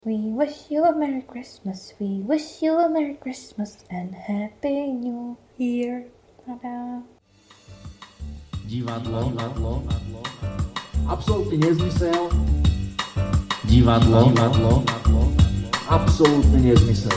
We wish you a Merry Christmas, we wish you a Merry Christmas and Happy New Year. Tada. Divadlo. Absolutní nezmysel. Divadlo. Absolutní nezmysel.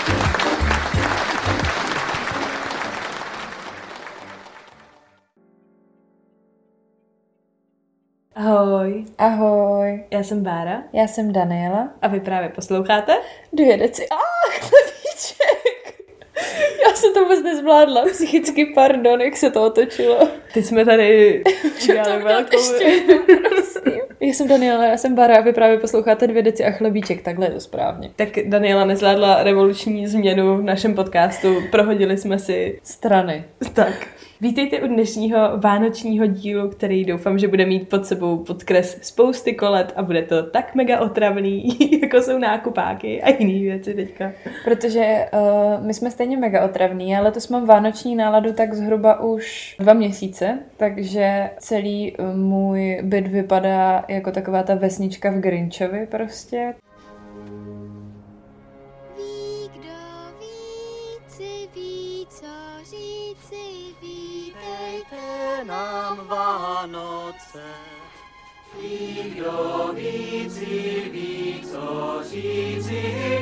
Ahoj. Ahoj. Já jsem Bára. Já jsem Daniela. A vy právě posloucháte? 2 deci. Chlebíček. Já jsem to vůbec nezvládla. Psychicky pardon, jak se to otočilo. Teď jsme tady udělali velkou... Já jsem Daniela, já jsem Bára a vy právě posloucháte 2 deci a chlebíček. Takhle je to správně. Tak Daniela nezvládla revoluční změnu v našem podcastu. Prohodili jsme si strany. Tak. Vítejte u dnešního vánočního dílu, který doufám, že bude mít pod sebou podkres spousty kolet a bude to tak mega otravný, jako jsou nákupáky a jiný věci teďka. Protože my jsme stejně mega otravný, ale letos mám vánoční náladu tak zhruba už 2 měsíce, takže celý můj byt vypadá jako taková ta vesnička v Grinchovi prostě. Nám Vánoce. Kdo víci ví, co říci,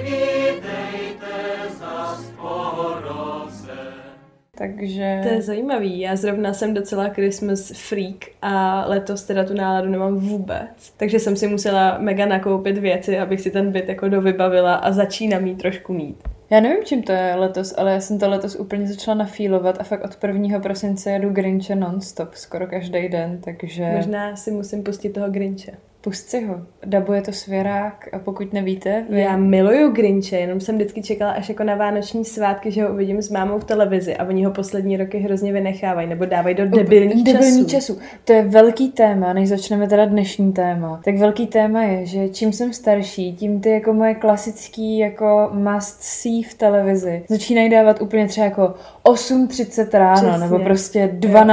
vítejte zas po roce. Takže... To je zajímavý, já zrovna jsem docela Christmas freak a letos teda tu náladu nemám vůbec. Takže jsem si musela mega nakoupit věci, abych si ten byt jako dovybavila a začínám jí trošku mít. Já nevím, čím to je letos, ale já jsem to letos úplně začala nafílovat a fakt od 1. prosince jedu Grinche non-stop, skoro každý den, takže... Možná si musím pustit toho Grinche. Pust si ho. Dabuje to Svěrák a pokud nevíte... Já miluju Grinche, jenom jsem vždycky čekala až jako na vánoční svátky, že ho uvidím s mámou v televizi a oni ho poslední roky hrozně vynechávají nebo dávají do debilních časů. To je velký téma, než začneme teda dnešní téma. Tak velký téma je, že čím jsem starší, tím ty jako moje klasický jako must see v televizi začínají dávat úplně třeba jako 8:30 ráno. Přesně. Nebo prostě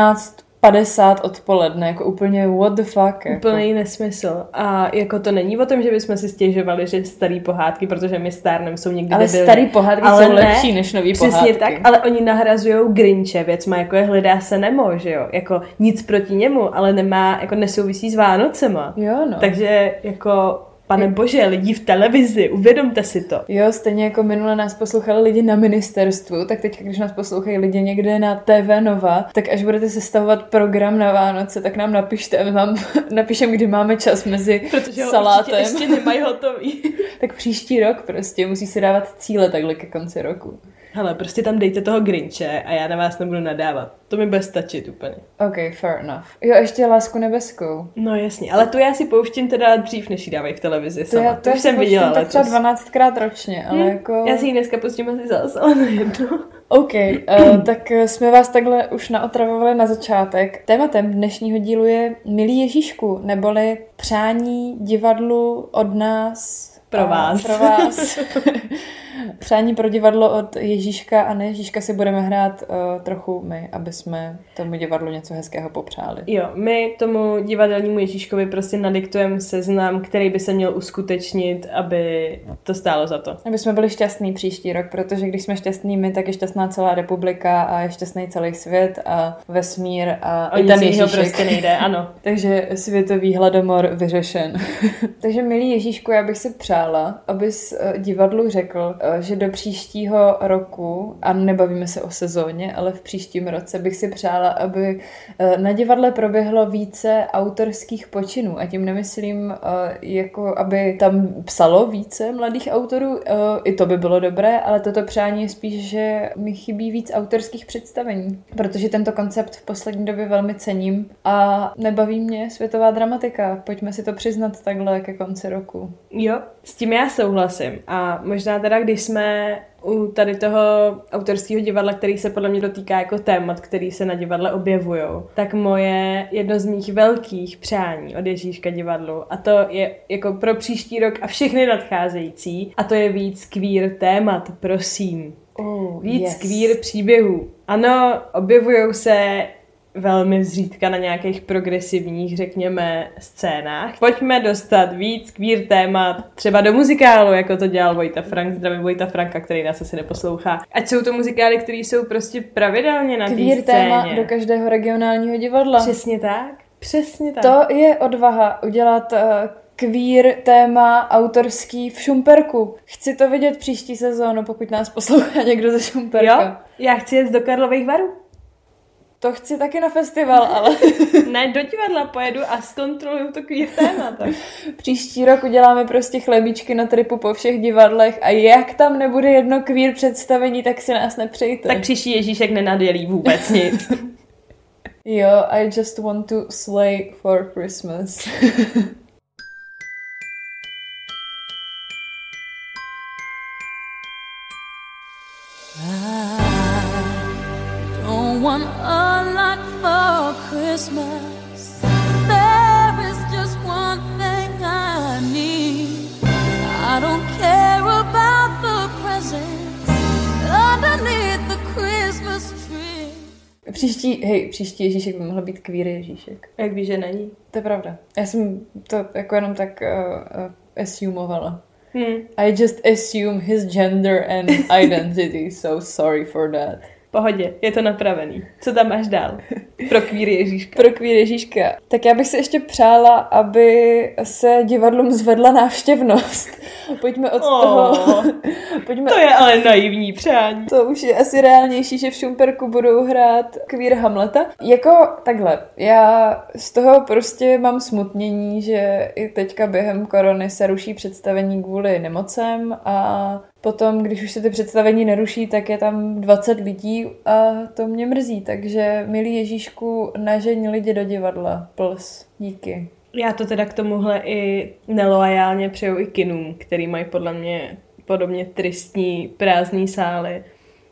12:50 odpoledne, jako úplně what the fuck. Úplný nesmysl. A jako to není o tom, že bychom si stěžovali, že starý pohádky, protože my stárnem jsou někdy ale debilní. Starý pohádky ale jsou lepší než nový pohádky. Přesně tak, ale oni nahrazujou Grinche věcma, jako je Hledá se Nemo, že jo? Jako nic proti němu, ale nemá, jako nesouvisí s Vánocema. Jo, no. Takže jako... Pane bože, lidi v televizi, uvědomte si to. Jo, stejně jako minule nás poslouchali lidi na ministerstvu, tak teď, když nás poslouchají lidi někde na TV Nova, tak až budete sestavovat program na Vánoce, tak nám napište a my vám napíšem, kdy máme čas mezi protože salátem. Protože ještě nemají hotový. Tak příští rok prostě musí si dávat cíle takhle ke konci roku. Hele, prostě tam dejte toho Grinche a já na vás nebudu nadávat. To mi bude stačit úplně. Ok, fair enough. Jo, ještě Lásku nebeskou. No jasně, ale tu já si pouštím teda dřív, než ji dávají v televizi sama. To už jsem viděla letos. Tak třeba 12krát ročně, ale jako... Já si ji dneska pustím asi zase, ale nejedno. OK, tak jsme vás takhle už naotravovali na začátek. Tématem dnešního dílu je Milý Ježíšku, neboli přání divadlu od nás... Pro vás. Přání pro divadlo od Ježíška a ne Ježíška si budeme hrát trochu my, aby jsme tomu divadlu něco hezkého popřáli. Jo, my tomu divadelnímu Ježíškovi prostě nadiktujeme seznam, který by se měl uskutečnit, aby to stálo za to. Aby jsme byli šťastní příští rok, protože když jsme šťastní my, tak je šťastná celá republika a je šťastný celý svět a vesmír a i ten Ježíšek. Prostě nejde, ano. Takže světový hladomor vyřešen. Takže milý Ježíšku, já bych si přála, abys divadlu řekl, že do příštího roku, a nebavíme se o sezóně, ale v příštím roce bych si přála, aby na divadle proběhlo více autorských počinů. A tím nemyslím, jako aby tam psalo více mladých autorů, i to by bylo dobré, ale toto přání je spíš, že mi chybí víc autorských představení, protože tento koncept v poslední době velmi cením a nebaví mě světová dramatika. Pojďme si to přiznat takhle ke konci roku. Jo, s tím já souhlasím. A možná teda, když jsme u tady toho autorského divadla, který se podle mě dotýká jako témat, který se na divadle objevujou, tak jedno z mých velkých přání od Ježíška divadlu, a to je jako pro příští rok a všechny nadcházející, a to je víc queer témat, prosím. Víc queer příběhů. Ano, objevujou se velmi zřídka na nějakých progresivních, řekněme, scénách. Pojďme dostat víc queer témat, třeba do muzikálu, jako to dělal Vojta Frank, zdravím Vojta Franka, který nás asi neposlouchá. Ať jsou to muzikály, které jsou prostě pravidelně na té scéně. Queer téma do každého regionálního divadla. Přesně tak. Přesně tak. To je odvaha udělat queer téma autorský v Šumperku. Chci to vidět příští sezónu, pokud nás poslouchá někdo ze Šumperka. Jo, já chci jet do Karlových Varů. To chci taky na festival, ale... Ne, do divadla pojedu a zkontroluju to queer téma. Tak. Příští rok uděláme prostě chlebíčky na tripu po všech divadlech a jak tam nebude jedno queer představení, tak si nás nepřejte. Tak příští Ježíšek nenadělí vůbec nic. Jo, I just want to slay for Christmas. Want a lot for Christmas. There is just one thing I need. I don't care about the presents underneath the Christmas tree. Příští Ježíšek by mohl být queer Ježíšek. Jak víš, že není? To je pravda. Já jsem to jako jenom tak assumovala. I just assume his gender and identity, so sorry for that. Pohodě, je to napravený. Co tam máš dál? Pro queer Ježíška. Pro queer Ježíška. Tak já bych si ještě přála, aby se divadlům zvedla návštěvnost. Pojďme od toho... To je ale naivní přání. To už je asi reálnější, že v Šumperku budou hrát queer Hamleta. Jako takhle, já z toho prostě mám smutnění, že i teďka během korony se ruší představení kvůli nemocem a potom, když už se ty představení neruší, tak je tam 20 lidí a to mě mrzí. Takže, milý Ježíšku, nažeň lidi do divadla. Plus. Díky. Já to teda k tomuhle i neloajálně přeju i kinům, který mají podle mě podobně tristní, prázdný sály.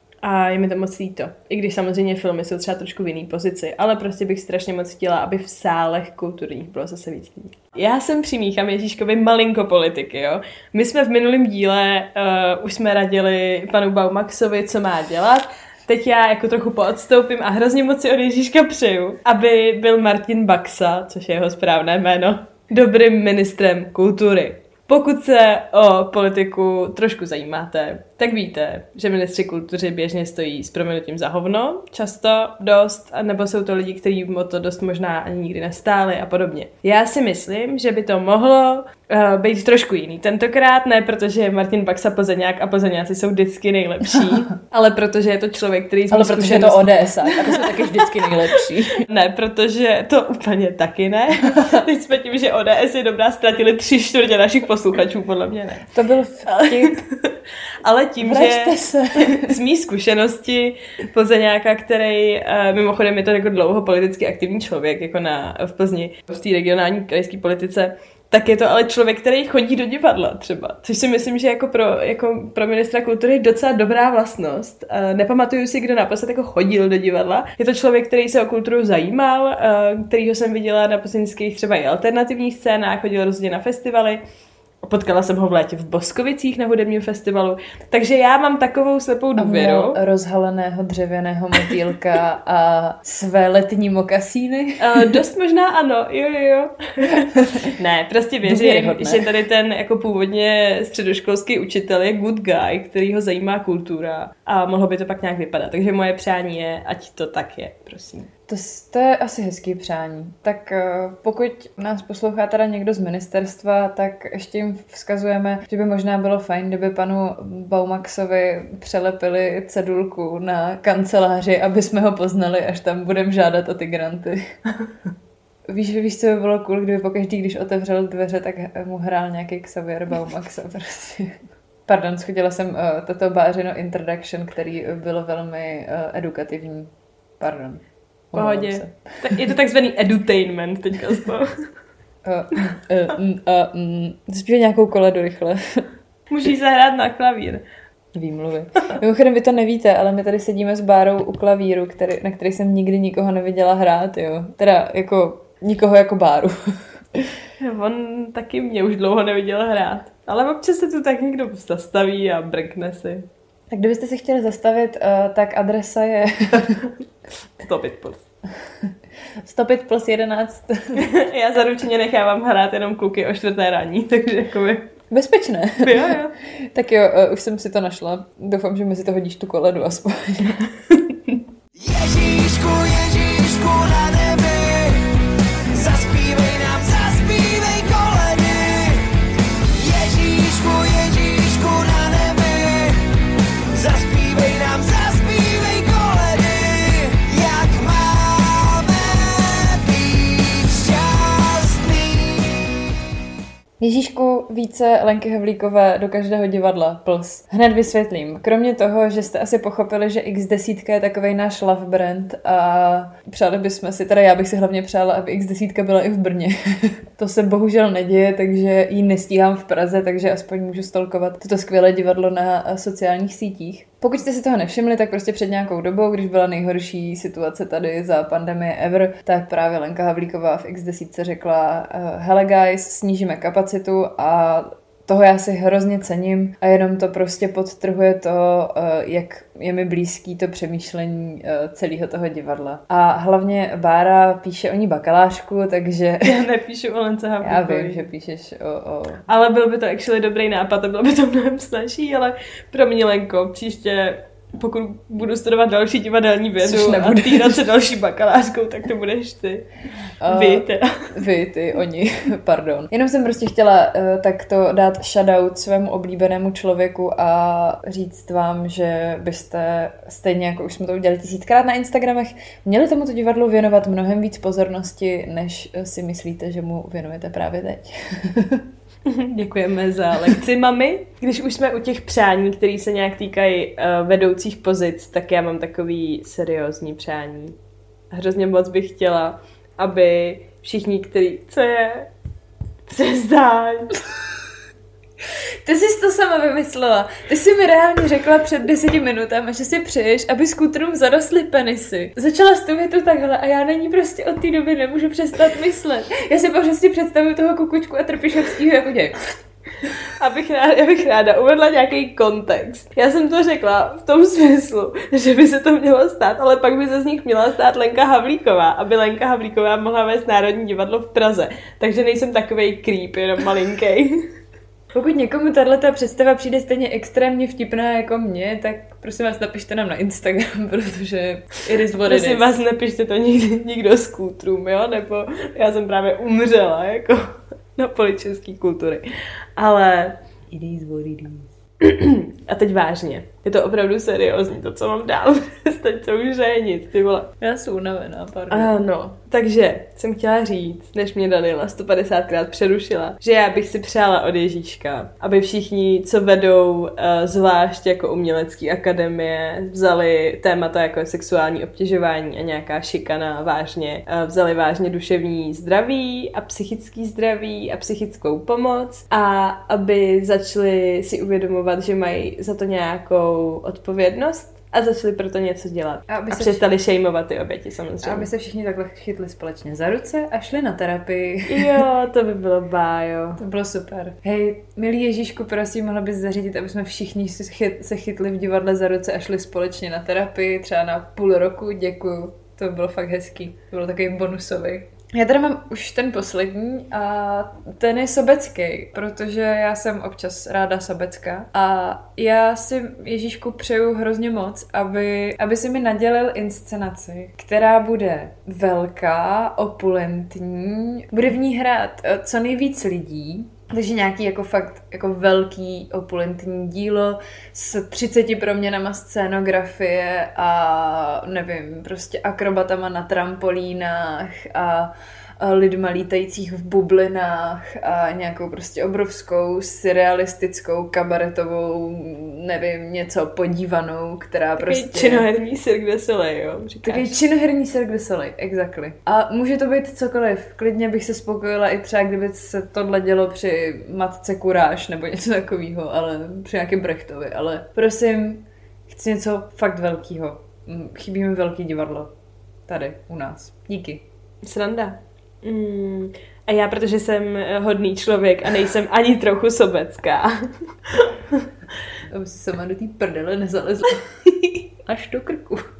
A je mi to moc líto. I když samozřejmě filmy jsou třeba trošku v jiný pozici, ale prostě bych strašně moc chtěla, aby v sálech kulturních bylo zase víc lidí. Já jsem přimíchám Ježíškovi malinko politiky, jo. My jsme v minulém díle už jsme radili panu Baumaxovi, co má dělat. Teď já jako trochu poodstoupím a hrozně moc si od Ježíška přeju, aby byl Martin Baxa, což je jeho správné jméno, dobrým ministrem kultury. Pokud se o politiku trošku zajímáte, tak víte, že ministři kultury běžně stojí s prominutím za hovno, často dost, nebo jsou to lidi, kteří o to dost možná ani nikdy nestáli a podobně. Já si myslím, že by to mohlo být trošku jiný. Tentokrát ne, protože Martin Baxa Plzeňák a Plzeňáci jsou vždycky nejlepší, ale protože je to člověk, který... Ale protože je to ODS a to jsou taky vždycky nejlepší. Ne, protože to úplně taky ne. Teď jsme tím, že ODS je dobrá, ztratili 3/4 našich posluchačů, podle mě ne. To byl vtip. Ale tím, že z mý zkušenosti Plzeňáka, který mimochodem je to jako dlouho politicky aktivní člověk, jako v Plzni, v té regionální krajské politice, tak je to ale člověk, který chodí do divadla třeba. Což si myslím, že jako pro ministra kultury je docela dobrá vlastnost. Nepamatuju si, kdo naposled jako chodil do divadla. Je to člověk, který se o kulturu zajímal, kterýho jsem viděla na plzeňských třeba i alternativních scénách, chodil rozhodně na festivaly. Potkala jsem ho v létě v Boskovicích na hudebním festivalu. Takže já mám takovou slepou důvěru. A měl rozhaleného dřevěného motýlka a své letní mokasíny? Dost možná ano, jo. Ne, prostě věřím, že tady ten jako původně středoškolský učitel je good guy, který ho zajímá kultura a mohlo by to pak nějak vypadat. Takže moje přání je, ať to tak je, prosím. To je asi hezký přání. Tak pokud nás poslouchá teda někdo z ministerstva, tak ještě jim vzkazujeme, že by možná bylo fajn, kdyby panu Baumaxovi přelepili cedulku na kanceláři, aby jsme ho poznali, až tam budeme žádat o ty granty. Víš, co by bylo cool, kdyby pokaždý, když otevřel dveře, tak mu hrál nějaký Xavier Baumaxa prostě. Pardon, schodila jsem toto bářino introduction, který bylo velmi edukativní. Pardon. Pohodě. Je to takzvaný edutainment teďka z toho. Zaspívej nějakou koledu rychle. Můžeš zahrát na klavír. Výmluvy. Mimochodem, vy to nevíte, ale my tady sedíme s Bárou u klavíru, na který jsem nikdy nikoho neviděla hrát, jo. Teda jako nikoho jako Báru. On taky mě už dlouho neviděl hrát. Ale občas se tu tak někdo zastaví a brkne si. Tak kdybyste se chtěli zastavit, tak adresa je... Stop it, please. Stopit plus 11. Já zaručeně nechávám hrát jenom kluky o 4. raní, takže jakoby... Bezpečné. Jo. Tak jo, už jsem si to našla. Doufám, že mi si to hodíš tu koledu aspoň. Ježíšku, Ježíšku na nebi, zaspívej koledy. Ježíšku, Ježíšku na nebi, zaspívej koledy. Jak máme být šťastný. Ježíšku, více Lenky Havlíkové do každého divadla, plus. Hned vysvětlím. Kromě toho, že jste asi pochopili, že X10 je takovej náš love brand a přáli bychom si, teda já bych si hlavně přála, aby X10 byla i v Brně. To se bohužel neděje, takže ji nestíhám v Praze, takže aspoň můžu stalkovat toto skvělé divadlo na sociálních sítích. Pokud jste si toho nevšimli, tak prostě před nějakou dobou, když byla nejhorší situace tady za pandemie ever, tak právě Lenka Havlíková v X10 řekla hele guys, snížíme kapacitu a toho já si hrozně cením a jenom to prostě podtrhuje to, jak je mi blízký to přemýšlení celého toho divadla. A hlavně Bára píše o ní bakalářku, takže... Já nepíšu o Lence Havlíkové. Já vím, že píšeš o... Ale byl by to actually dobrý nápad a bylo by to mnohem snažší, ale pro mě, Lenko, příště, pokud budu studovat další divadelní vědu a týrat se další bakalářkou, tak to budeš ty. Vy, ty, oni, pardon. Jenom jsem prostě chtěla takto dát shoutout svému oblíbenému člověku a říct vám, že byste, stejně jako už jsme to udělali 1000krát na Instagramech, měli tomuto divadlu věnovat mnohem víc pozornosti, než si myslíte, že mu věnujete právě teď. Děkujeme za lekci, mami. Když už jsme u těch přání, které se nějak týkají vedoucích pozic, tak já mám takový seriózní přání. Hrozně moc bych chtěla, aby všichni, který... Co je? Přestaň. Ty jsi to sama vymyslela. Ty jsi mi reálně řekla před 10 minutami, že si přeješ, aby skútrům zarostly penisy. Začala s tu větu takhle a já na ní prostě od té doby nemůžu přestat myslet. Já si prostě představuju toho Kukučku a Trpišovskýho jako děj. Já bych ráda uvedla nějaký kontext. Já jsem to řekla v tom smyslu, že by se to mělo stát, ale pak by se z nich měla stát Lenka Havlíková, aby Lenka Havlíková mohla vést Národní divadlo v Praze. Takže nejsem takovej creep, jenom malinkej. Pokud někomu tato představa přijde stejně extrémně vtipná jako mě, tak prosím vás napište nám na Instagram, protože it is what it is. Prosím vás, napište to nikdo z kulturům, jo? Nebo já jsem právě umřela, jako na poli české kultury. Ale it is what it is. A teď vážně. Je to opravdu seriózní, to, co mám dál. Teď to už je nic, ty vole. Já jsem unavená, pardon. Ano, takže jsem chtěla říct, než mě Daniela 150krát přerušila, že já bych si přála od Ježíška, aby všichni, co vedou zvlášť jako umělecký akademie, vzali témata jako sexuální obtěžování a nějaká šikana vážně, vzali vážně duševní zdraví a psychický zdraví a psychickou pomoc a aby začali si uvědomovat, že mají za to nějakou odpovědnost a začali proto něco dělat. A přestali šejmovat ty oběti samozřejmě. A aby se všichni takhle chytli společně za ruce a šli na terapii. Jo, to by bylo bájo. To bylo super. Hej, milý Ježíšku, prosím, mohla bys zařídit, aby jsme všichni se chytli v divadle za ruce a šli společně na terapii, třeba na půl roku, děkuju. To bylo fakt hezký. To bylo takový bonusový. Já teda mám už ten poslední a ten je sobecký, protože já jsem občas ráda sobecká a já si Ježíšku přeju hrozně moc, aby si mi nadělil inscenaci, která bude velká, opulentní, bude v ní hrát co nejvíc lidí, takže nějaký jako fakt jako velký opulentní dílo s 30 proměnama scénografie a nevím, prostě akrobatama na trampolínách a lidma lítajících v bublinách a nějakou prostě obrovskou surrealistickou kabaretovou, nevím, něco podívanou, která prostě... Takový činoherní Cirque du Soleil, jo? Říkáš. Takový činoherní Cirque du Soleil, exactly. A může to být cokoliv. Klidně bych se spokojila i třeba, kdyby se tohle dělo při Matce Kuráž nebo něco takového, ale při nějakém Brechtovi, ale prosím, chci něco fakt velkýho. Chybí mi velký divadlo. Tady, u nás. Díky. Sranda. A já, protože jsem hodný člověk a nejsem ani trochu sobecká. Aby si sama do té prdele nezalezla. Až do krku.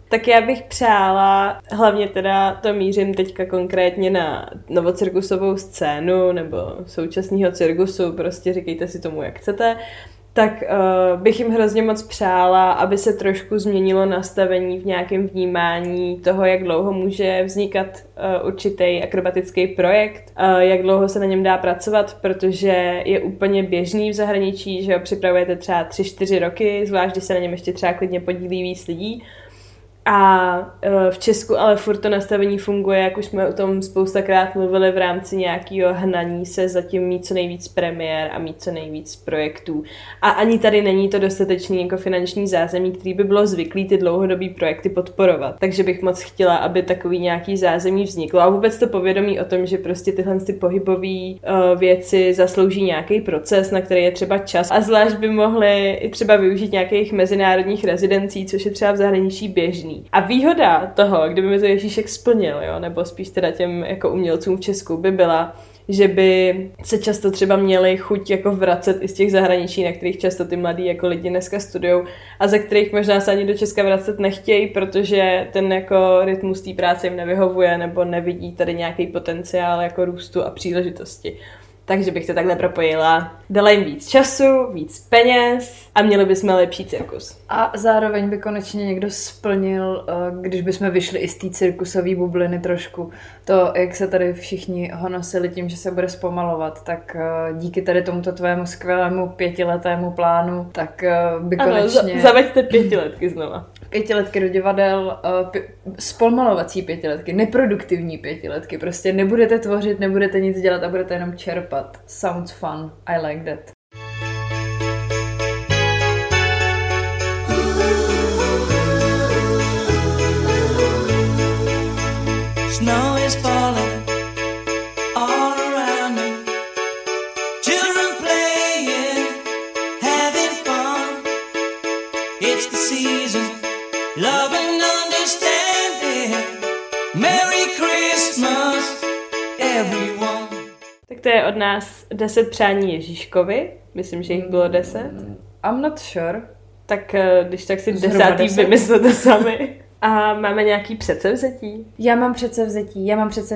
Tak já bych přála, hlavně teda to mířím teďka konkrétně na novocirkusovou scénu nebo současného cirkusu, prostě říkejte si tomu, jak chcete, tak bych jim hrozně moc přála, aby se trošku změnilo nastavení v nějakém vnímání toho, jak dlouho může vznikat určitý akrobatický projekt, jak dlouho se na něm dá pracovat, protože je úplně běžný v zahraničí, že ho připravujete třeba 3-4 roky, zvlášť když se na něm ještě třeba klidně podílí víc lidí. A v Česku ale furt to nastavení funguje, jak už jsme o tom spoustakrát mluvili, v rámci nějakého hnaní se zatím mít co nejvíc premiér a mít co nejvíc projektů. A ani tady není to dostatečný jako finanční zázemí, který by bylo zvyklý ty dlouhodobý projekty podporovat. Takže bych moc chtěla, aby takový nějaký zázemí vzniklo. A vůbec to povědomí o tom, že prostě tyhle ty pohybové věci zaslouží nějaký proces, na který je třeba čas. A zvlášť by mohli i třeba využít nějakých mezinárodních rezidencí, což je třeba v zahraničí běžný. A výhoda toho, kdyby mi to Ježíšek splnil, jo, nebo spíš teda těm jako umělcům v Česku, by byla, že by se často třeba měli chuť jako vracet i z těch zahraničí, na kterých často ty mladí jako lidi dneska studujou a ze kterých možná se ani do Česka vracet nechtějí, protože ten jako rytmus té práce jim nevyhovuje nebo nevidí tady nějaký potenciál jako růstu a příležitosti. Takže bych to takhle propojila. Dala jim víc času, víc peněz a měli bychom lepší cirkus. A zároveň by konečně někdo splnil, když bychom vyšli i z té cirkusové bubliny trošku, to, jak se tady všichni honosili tím, že se bude zpomalovat, tak díky tady tomuto tvému skvělému 5letému plánu, tak by konečně... Ano, zaveďte 5letky znova. 5letky do divadel, zpomalovací 5letky, neproduktivní 5letky, prostě nebudete tvořit, nebudete nic dělat a budete jenom čerpat. Sounds fun, I like that. Snow is falling all around me. Children playing, having fun. It's the season, love and understanding. Merry Christmas, everyone. Tak to je od nás 10 přání Ježíškovi. Myslím, že jich bylo 10. I'm not sure. Tak když tak si 10. vymyslete sami. A máme nějaký předsevzetí? Já mám předsevzetí.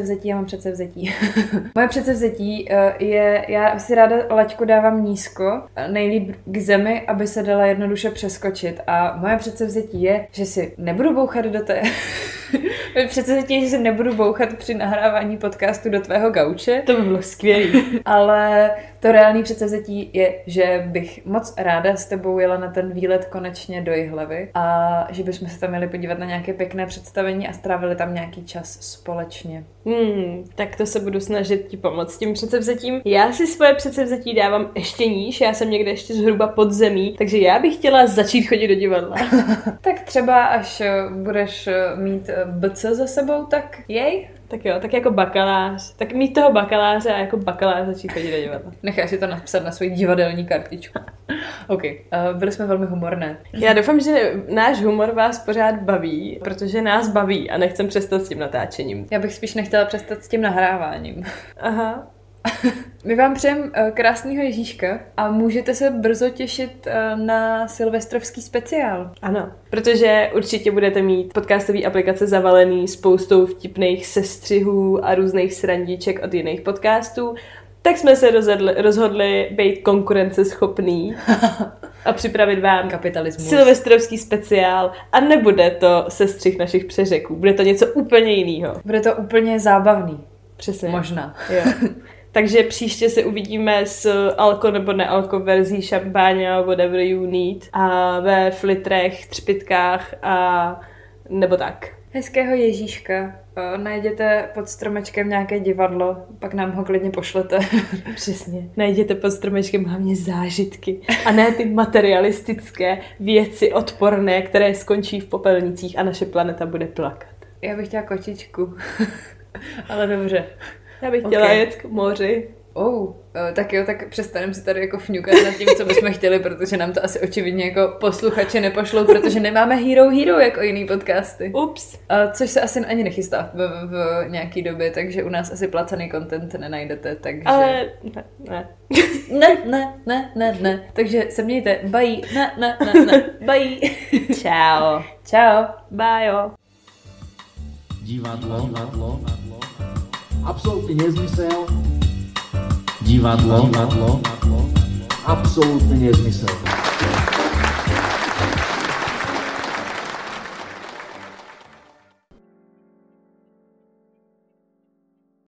Moje předsevzetí je, já si ráda laťku dávám nízko, nejlíp k zemi, aby se dala jednoduše přeskočit. A moje předsevzetí je, že si nebudu bouchat do té... Předsevzetí je, že si nebudu bouchat při nahrávání podcastu do tvého gauče. To by bylo skvělý. Ale to reálný předsevzetí je, že bych moc ráda s tebou jela na ten výlet konečně do Jihlavy a že bychom se tam měli podívat na nějaké pěkné představení a strávili tam nějaký čas společně. Tak to se budu snažit ti pomoct s tím předsevzetím. Já si svoje předsevzetí dávám ještě níž, já jsem někde ještě zhruba pod zemí, takže já bych chtěla začít chodit do divadla. Tak třeba až budeš mít BC za sebou, tak jej? Tak jo, tak jako bakalář. Tak mít toho bakaláře a jako bakalář začít chodit do divadla. Necháš si to napsat na svoji divadelní kartičku. OK, byli jsme velmi humorné. Já doufám, že náš humor vás pořád baví, protože nás baví a nechcem přestat s tím natáčením. Já bych spíš nechtěla přestat s tím nahráváním. Aha. My vám přejeme krásného Ježíška a můžete se brzo těšit na silvestrovský speciál. Ano, protože určitě budete mít podcastové aplikace zavalený spoustou vtipných sestřihů a různých srandiček od jiných podcastů, tak jsme se rozhodli být konkurenceschopný a připravit vám kapitalismus. Silvestrovský speciál a nebude to sestřih našich přeřeků, bude to něco úplně jiného. Bude to úplně zábavný. Přesně. Možná. Jo. Takže příště se uvidíme s alko nebo nealko verzí šampáně, whatever you need, a ve flitrech, třpitkách a nebo tak. Hezkého Ježíška. Najděte pod stromečkem nějaké divadlo, pak nám ho klidně pošlete. Přesně. Najděte pod stromečkem hlavně zážitky a ne ty materialistické věci odporné, které skončí v popelnicích a naše planeta bude plakat. Já bych chtěla kočičku. Ale dobře. Já bych chtěla jet k moři. Tak jo, tak přestaneme si tady jako fňukat nad tím, co bychom chtěli, protože nám to asi očividně jako posluchači nepošlou, protože nemáme Hero jako jiný podcasty. Ups. Což se asi ani nechystá v nějaký době, takže u nás asi placený content nenajdete, takže... Ale Ne. Takže se mějte. Bye. Ne. Bye. Čau. Čau. Bye, jo. Divadlo. Absolutný nezmysel. Divadlo. Absolutný nezmysel.